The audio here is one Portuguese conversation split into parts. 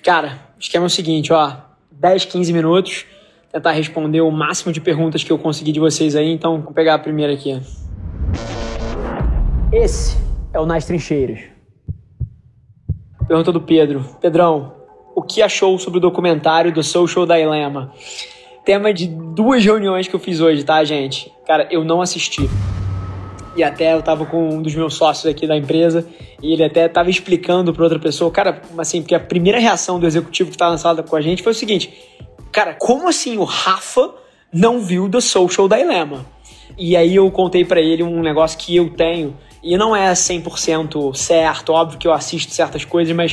Cara, o esquema é o seguinte, 10, 15 minutos, tentar responder o máximo de perguntas que eu conseguir de vocês aí, então vamos pegar a primeira aqui. Esse é o Nas Trincheiras. Pergunta do Pedro. Pedrão, o que achou sobre o documentário do Social Dilemma? Tema de 2 reuniões que eu fiz hoje, tá, gente? Cara, eu não assisti. E até eu tava com um dos meus sócios aqui da empresa e ele até tava explicando pra outra pessoa. Cara, assim, porque a primeira reação do executivo que tava na sala com a gente foi o seguinte: cara, como assim o Rafa não viu The Social Dilemma? E aí eu contei pra ele um negócio que eu tenho, e não é 100% certo, óbvio que eu assisto certas coisas, mas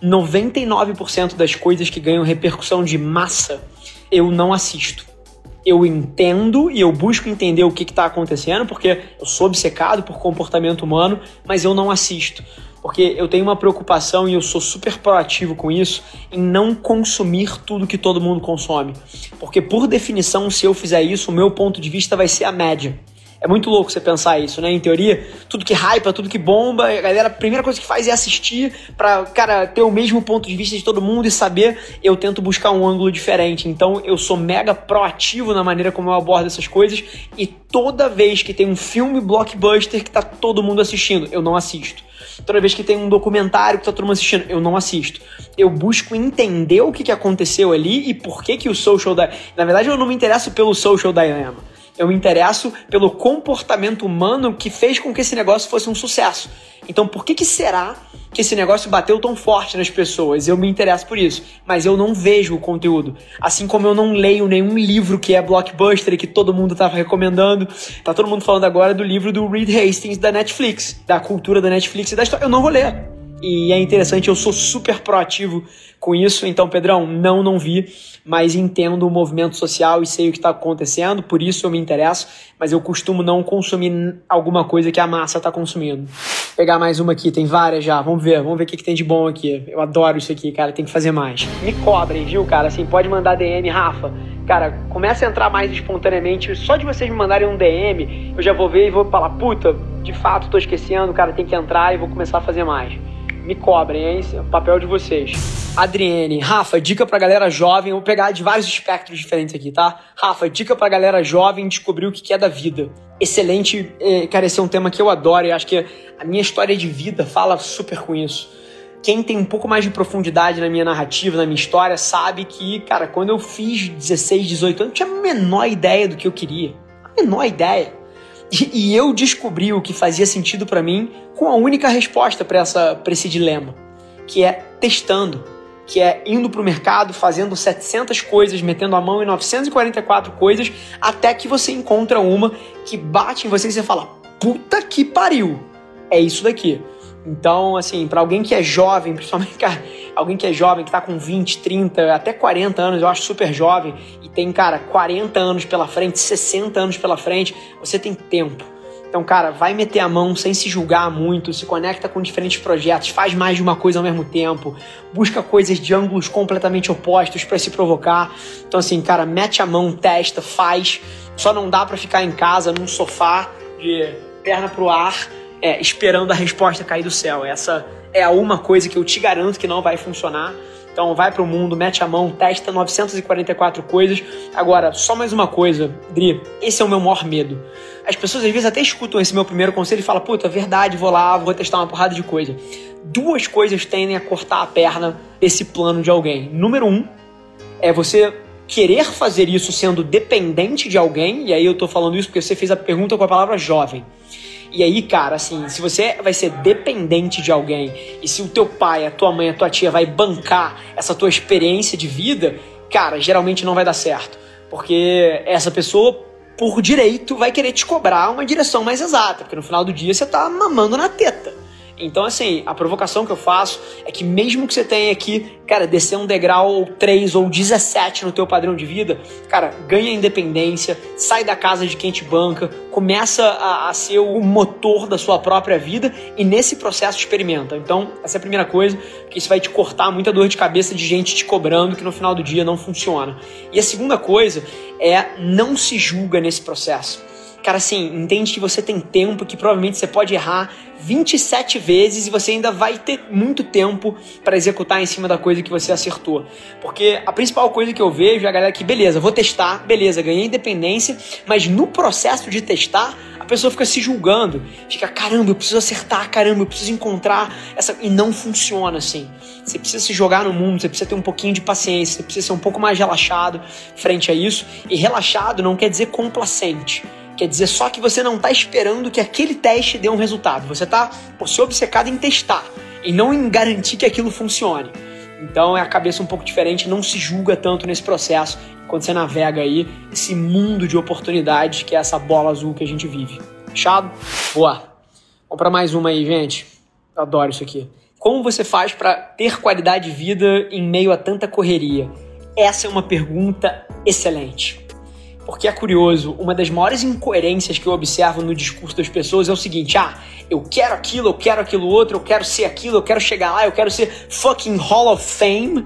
99% das coisas que ganham repercussão de massa, eu não assisto. Eu entendo e eu busco entender o que está acontecendo, porque eu sou obcecado por comportamento humano, mas eu não assisto. Porque eu tenho uma preocupação, e eu sou super proativo com isso, em não consumir tudo que todo mundo consome. Porque, por definição, se eu fizer isso, o meu ponto de vista vai ser a média. É muito louco você pensar isso, né? Em teoria, tudo que hypa, tudo que bomba, a galera, a primeira coisa que faz é assistir pra, cara, ter o mesmo ponto de vista de todo mundo e saber. Eu tento buscar um ângulo diferente. Então, eu sou mega proativo na maneira como eu abordo essas coisas, e toda vez que tem um filme blockbuster que tá todo mundo assistindo, eu não assisto. Toda vez que tem um documentário que tá todo mundo assistindo, eu não assisto. Eu busco entender o que aconteceu ali e por que o Social Dilemma... Na verdade, eu não me interesso pelo Social Dilemma. Eu me interesso pelo comportamento humano que fez com que esse negócio fosse um sucesso. Então, por que será que esse negócio bateu tão forte nas pessoas? Eu me interesso por isso, mas eu não vejo o conteúdo. Assim como eu não leio nenhum livro que é blockbuster e que todo mundo tá recomendando. Tá todo mundo falando agora do livro do Reed Hastings da Netflix, da cultura da Netflix e da história. Eu não vou ler. E é interessante, eu sou super proativo com isso. Então, Pedrão, não vi, mas entendo o movimento social e sei o que está acontecendo, por isso eu me interesso, mas eu costumo não consumir alguma coisa que a massa está consumindo. Vou pegar mais uma aqui, tem várias já, vamos ver o que tem de bom aqui. Eu adoro isso aqui, cara, tem que fazer mais. Me cobrem, viu, cara, assim, pode mandar DM, Rafa. Cara, começa a entrar mais espontaneamente, só de vocês me mandarem um DM, eu já vou ver e vou falar, puta, de fato tô esquecendo, cara, tem que entrar e vou começar a fazer mais. Me cobrem, hein? Esse é o papel de vocês. Adriene, Rafa, dica pra galera jovem. Eu vou pegar de vários espectros diferentes aqui, tá? Rafa, dica pra galera jovem descobrir o que é da vida. Excelente, cara, esse é um tema que eu adoro e acho que a minha história de vida fala super com isso. Quem tem um pouco mais de profundidade na minha narrativa, na minha história, sabe que, cara, quando eu fiz 16, 18 anos, eu tinha a menor ideia do que eu queria. A menor ideia. E eu descobri o que fazia sentido pra mim com a única resposta pra esse dilema, que é testando, que é indo pro mercado, fazendo 700 coisas, metendo a mão em 944 coisas, até que você encontra uma que bate em você e você fala, puta que pariu, é isso daqui. Então, assim, pra alguém que é jovem, principalmente, cara, alguém que é jovem, que tá com 20, 30, até 40 anos, eu acho super jovem, e tem, cara, 40 anos pela frente, 60 anos pela frente, você tem tempo. Então, cara, vai meter a mão sem se julgar muito, se conecta com diferentes projetos, faz mais de uma coisa ao mesmo tempo, busca coisas de ângulos completamente opostos pra se provocar. Então, assim, cara, mete a mão, testa, faz. Só não dá pra ficar em casa, num sofá, de perna pro ar, esperando a resposta cair do céu. Essa é a uma coisa que eu te garanto que não vai funcionar. Então vai pro mundo, mete a mão, testa 944 coisas. Agora, só mais uma coisa, Dri, esse é o meu maior medo. As pessoas às vezes até escutam esse meu primeiro conselho e falam, puta, verdade, vou lá, vou testar uma porrada de coisa. 2 coisas tendem a cortar a perna desse plano de alguém. Número 1, é você querer fazer isso sendo dependente de alguém, e aí eu tô falando isso porque você fez a pergunta com a palavra jovem. E aí, cara, assim, se você vai ser dependente de alguém e se o teu pai, a tua mãe, a tua tia vai bancar essa tua experiência de vida, cara, geralmente não vai dar certo. Porque essa pessoa, por direito, vai querer te cobrar uma direção mais exata, porque no final do dia você tá mamando na teta. Então, assim, a provocação que eu faço é que mesmo que você tenha aqui, cara, descer um degrau ou 3 ou 17 no teu padrão de vida, cara, ganha independência, sai da casa de quem te banca, começa a ser o motor da sua própria vida e nesse processo experimenta. Então, essa é a primeira coisa, porque isso vai te cortar muita dor de cabeça de gente te cobrando que no final do dia não funciona. E a segunda coisa é não se julga nesse processo. Cara, assim, entende que você tem tempo, que provavelmente você pode errar 27 vezes e você ainda vai ter muito tempo para executar em cima da coisa que você acertou. Porque a principal coisa que eu vejo é a galera que, beleza, vou testar, beleza, ganhei independência, mas no processo de testar, a pessoa fica se julgando, fica, caramba, eu preciso acertar, caramba, eu preciso encontrar essa... E não funciona assim. Você precisa se jogar no mundo, você precisa ter um pouquinho de paciência, você precisa ser um pouco mais relaxado frente a isso. E relaxado não quer dizer complacente. Quer dizer só que você não está esperando que aquele teste dê um resultado. Você está se obcecado em testar e não em garantir que aquilo funcione. Então é a cabeça um pouco diferente, não se julga tanto nesse processo quando você navega aí esse mundo de oportunidades que é essa bola azul que a gente vive. Fechado? Boa. Vamos para mais uma aí, gente. Eu adoro isso aqui. Como você faz para ter qualidade de vida em meio a tanta correria? Essa é uma pergunta excelente. Porque é curioso, uma das maiores incoerências que eu observo no discurso das pessoas é o seguinte, eu quero aquilo outro, eu quero ser aquilo, eu quero chegar lá, eu quero ser fucking Hall of Fame,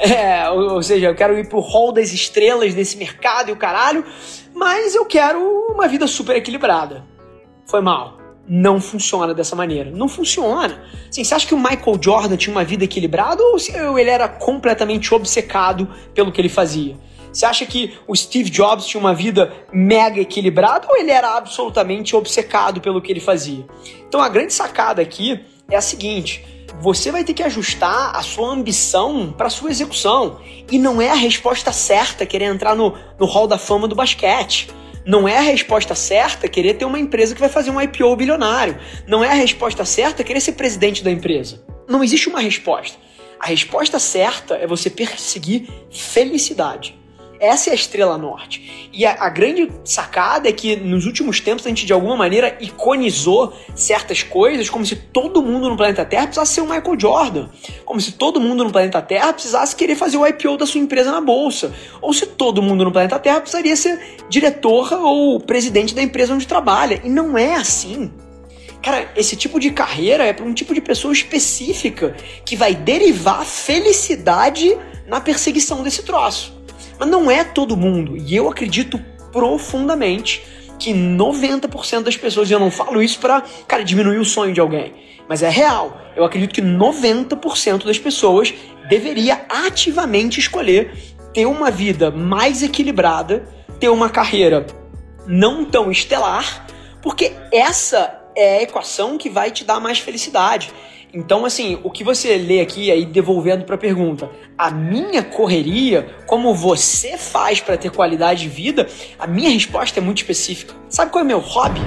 ou seja, eu quero ir pro hall das estrelas desse mercado e o caralho, mas eu quero uma vida super equilibrada. Foi mal. Não funciona dessa maneira. Não funciona. Assim, você acha que o Michael Jordan tinha uma vida equilibrada ou ele era completamente obcecado pelo que ele fazia? Você acha que o Steve Jobs tinha uma vida mega equilibrada ou ele era absolutamente obcecado pelo que ele fazia? Então a grande sacada aqui é a seguinte, você vai ter que ajustar a sua ambição para a sua execução. E não é a resposta certa querer entrar no hall da fama do basquete. Não é a resposta certa querer ter uma empresa que vai fazer um IPO bilionário. Não é a resposta certa querer ser presidente da empresa. Não existe uma resposta. A resposta certa é você perseguir felicidade. Essa é a estrela norte. E a grande sacada é que nos últimos tempos a gente de alguma maneira iconizou certas coisas como se todo mundo no planeta Terra precisasse ser o Michael Jordan. Como se todo mundo no planeta Terra precisasse querer fazer o IPO da sua empresa na bolsa. Ou se todo mundo no planeta Terra precisaria ser diretor ou presidente da empresa onde trabalha. E não é assim. Cara, esse tipo de carreira é para um tipo de pessoa específica que vai derivar felicidade na perseguição desse troço. Mas não é todo mundo, e eu acredito profundamente que 90% das pessoas, e eu não falo isso pra, diminuir o sonho de alguém, mas é real, eu acredito que 90% das pessoas deveria ativamente escolher ter uma vida mais equilibrada, ter uma carreira não tão estelar, porque essa é a equação que vai te dar mais felicidade. Então, assim, o que você lê aqui, aí devolvendo para a pergunta, a minha correria, como você faz para ter qualidade de vida, a minha resposta é muito específica. Sabe qual é o meu hobby?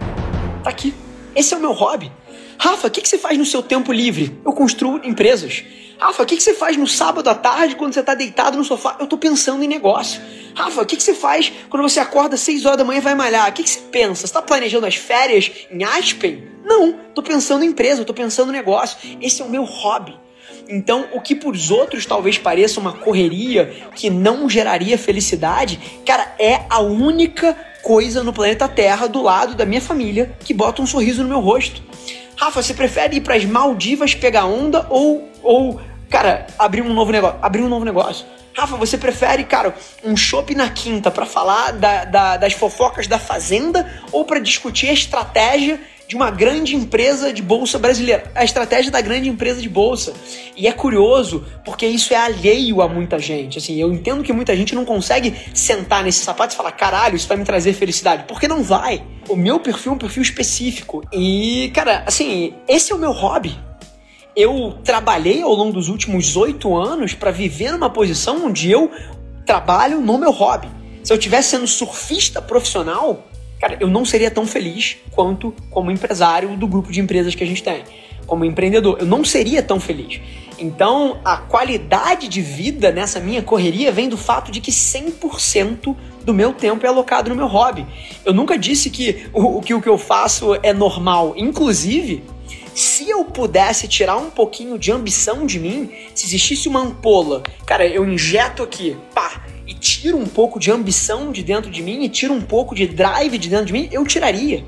Tá aqui. Esse é o meu hobby. Rafa, o que você faz no seu tempo livre? Eu construo empresas. Rafa, o que você faz no sábado à tarde quando você tá deitado no sofá? Eu tô pensando em negócio. Rafa, o que você faz quando você acorda às 6 horas da manhã e vai malhar? O que você pensa? Você tá planejando as férias em Aspen? Não, tô pensando em empresa, tô pensando em negócio. Esse é o meu hobby. Então, o que para os outros talvez pareça uma correria que não geraria felicidade, cara, é a única coisa no planeta Terra do lado da minha família que bota um sorriso no meu rosto. Rafa, você prefere ir para as Maldivas pegar onda ou abrir um novo negócio? Rafa, você prefere, um chopp na quinta para falar das fofocas da Fazenda ou para discutir a estratégia de uma grande empresa de bolsa brasileira? A estratégia da grande empresa de bolsa. E é curioso, porque isso é alheio a muita gente. Assim, eu entendo que muita gente não consegue sentar nesse sapato e falar, caralho, isso vai me trazer felicidade. Porque não vai. O meu perfil é um perfil específico. E, esse é o meu hobby. Eu trabalhei ao longo dos últimos 8 anos para viver numa posição onde eu trabalho no meu hobby. Se eu estivesse sendo surfista profissional, eu não seria tão feliz quanto como empresário do grupo de empresas que a gente tem. Como empreendedor, eu não seria tão feliz. Então, a qualidade de vida nessa minha correria vem do fato de que 100% do meu tempo é alocado no meu hobby. Eu nunca disse que o que eu faço é normal. Inclusive, se eu pudesse tirar um pouquinho de ambição de mim, se existisse uma ampola, eu injeto aqui, e tiro um pouco de ambição de dentro de mim e tiro um pouco de drive de dentro de mim, eu tiraria.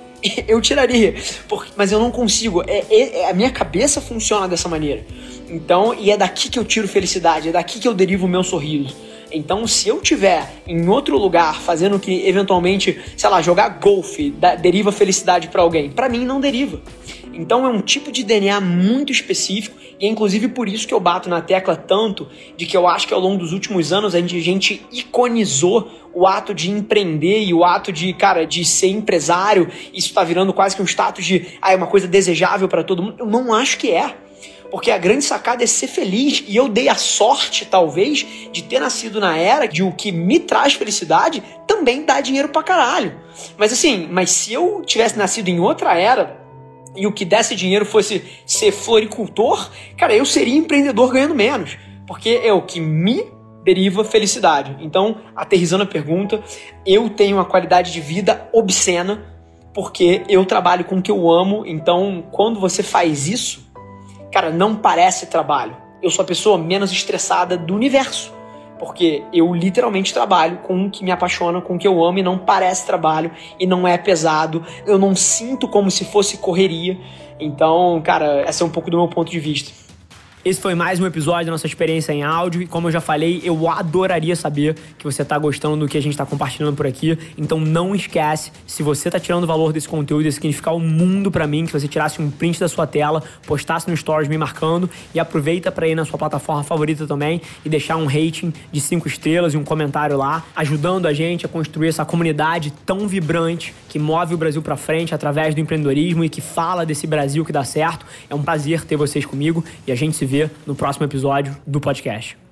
Mas eu não consigo. A minha cabeça funciona dessa maneira. Então, e é daqui que eu tiro felicidade, é daqui que eu derivo o meu sorriso. Então, se eu tiver em outro lugar fazendo que eventualmente, sei lá, jogar golfe deriva felicidade para alguém, para mim não deriva. Então é um tipo de DNA muito específico e é inclusive por isso que eu bato na tecla tanto de que eu acho que ao longo dos últimos anos a gente iconizou o ato de empreender e o ato de, cara, de ser empresário. Isso tá virando quase que um status de, é uma coisa desejável para todo mundo. Eu não acho que é. Porque a grande sacada é ser feliz, e eu dei a sorte, talvez, de ter nascido na era de o que me traz felicidade também dá dinheiro pra caralho. Mas se eu tivesse nascido em outra era e o que desse dinheiro fosse ser floricultor, cara, eu seria empreendedor ganhando menos, porque é o que me deriva felicidade. Então, aterrissando a pergunta, eu tenho uma qualidade de vida obscena porque eu trabalho com o que eu amo. Então, quando você faz isso, cara, não parece trabalho. Eu sou a pessoa menos estressada do universo. Porque eu literalmente trabalho com o que me apaixona, com o que eu amo, e não parece trabalho, e não é pesado. Eu não sinto como se fosse correria. Então, cara, esse é um pouco do meu ponto de vista. Esse foi mais um episódio da nossa experiência em áudio e, como eu já falei, eu adoraria saber que você está gostando do que a gente está compartilhando por aqui. Então não esquece, se você está tirando valor desse conteúdo, ia significar o mundo para mim, que você tirasse um print da sua tela, postasse no Stories me marcando, e aproveita para ir na sua plataforma favorita também e deixar um rating de 5 estrelas e um comentário lá, ajudando a gente a construir essa comunidade tão vibrante que move o Brasil para frente através do empreendedorismo e que fala desse Brasil que dá certo. É um prazer ter vocês comigo e a gente se vê no próximo episódio do podcast.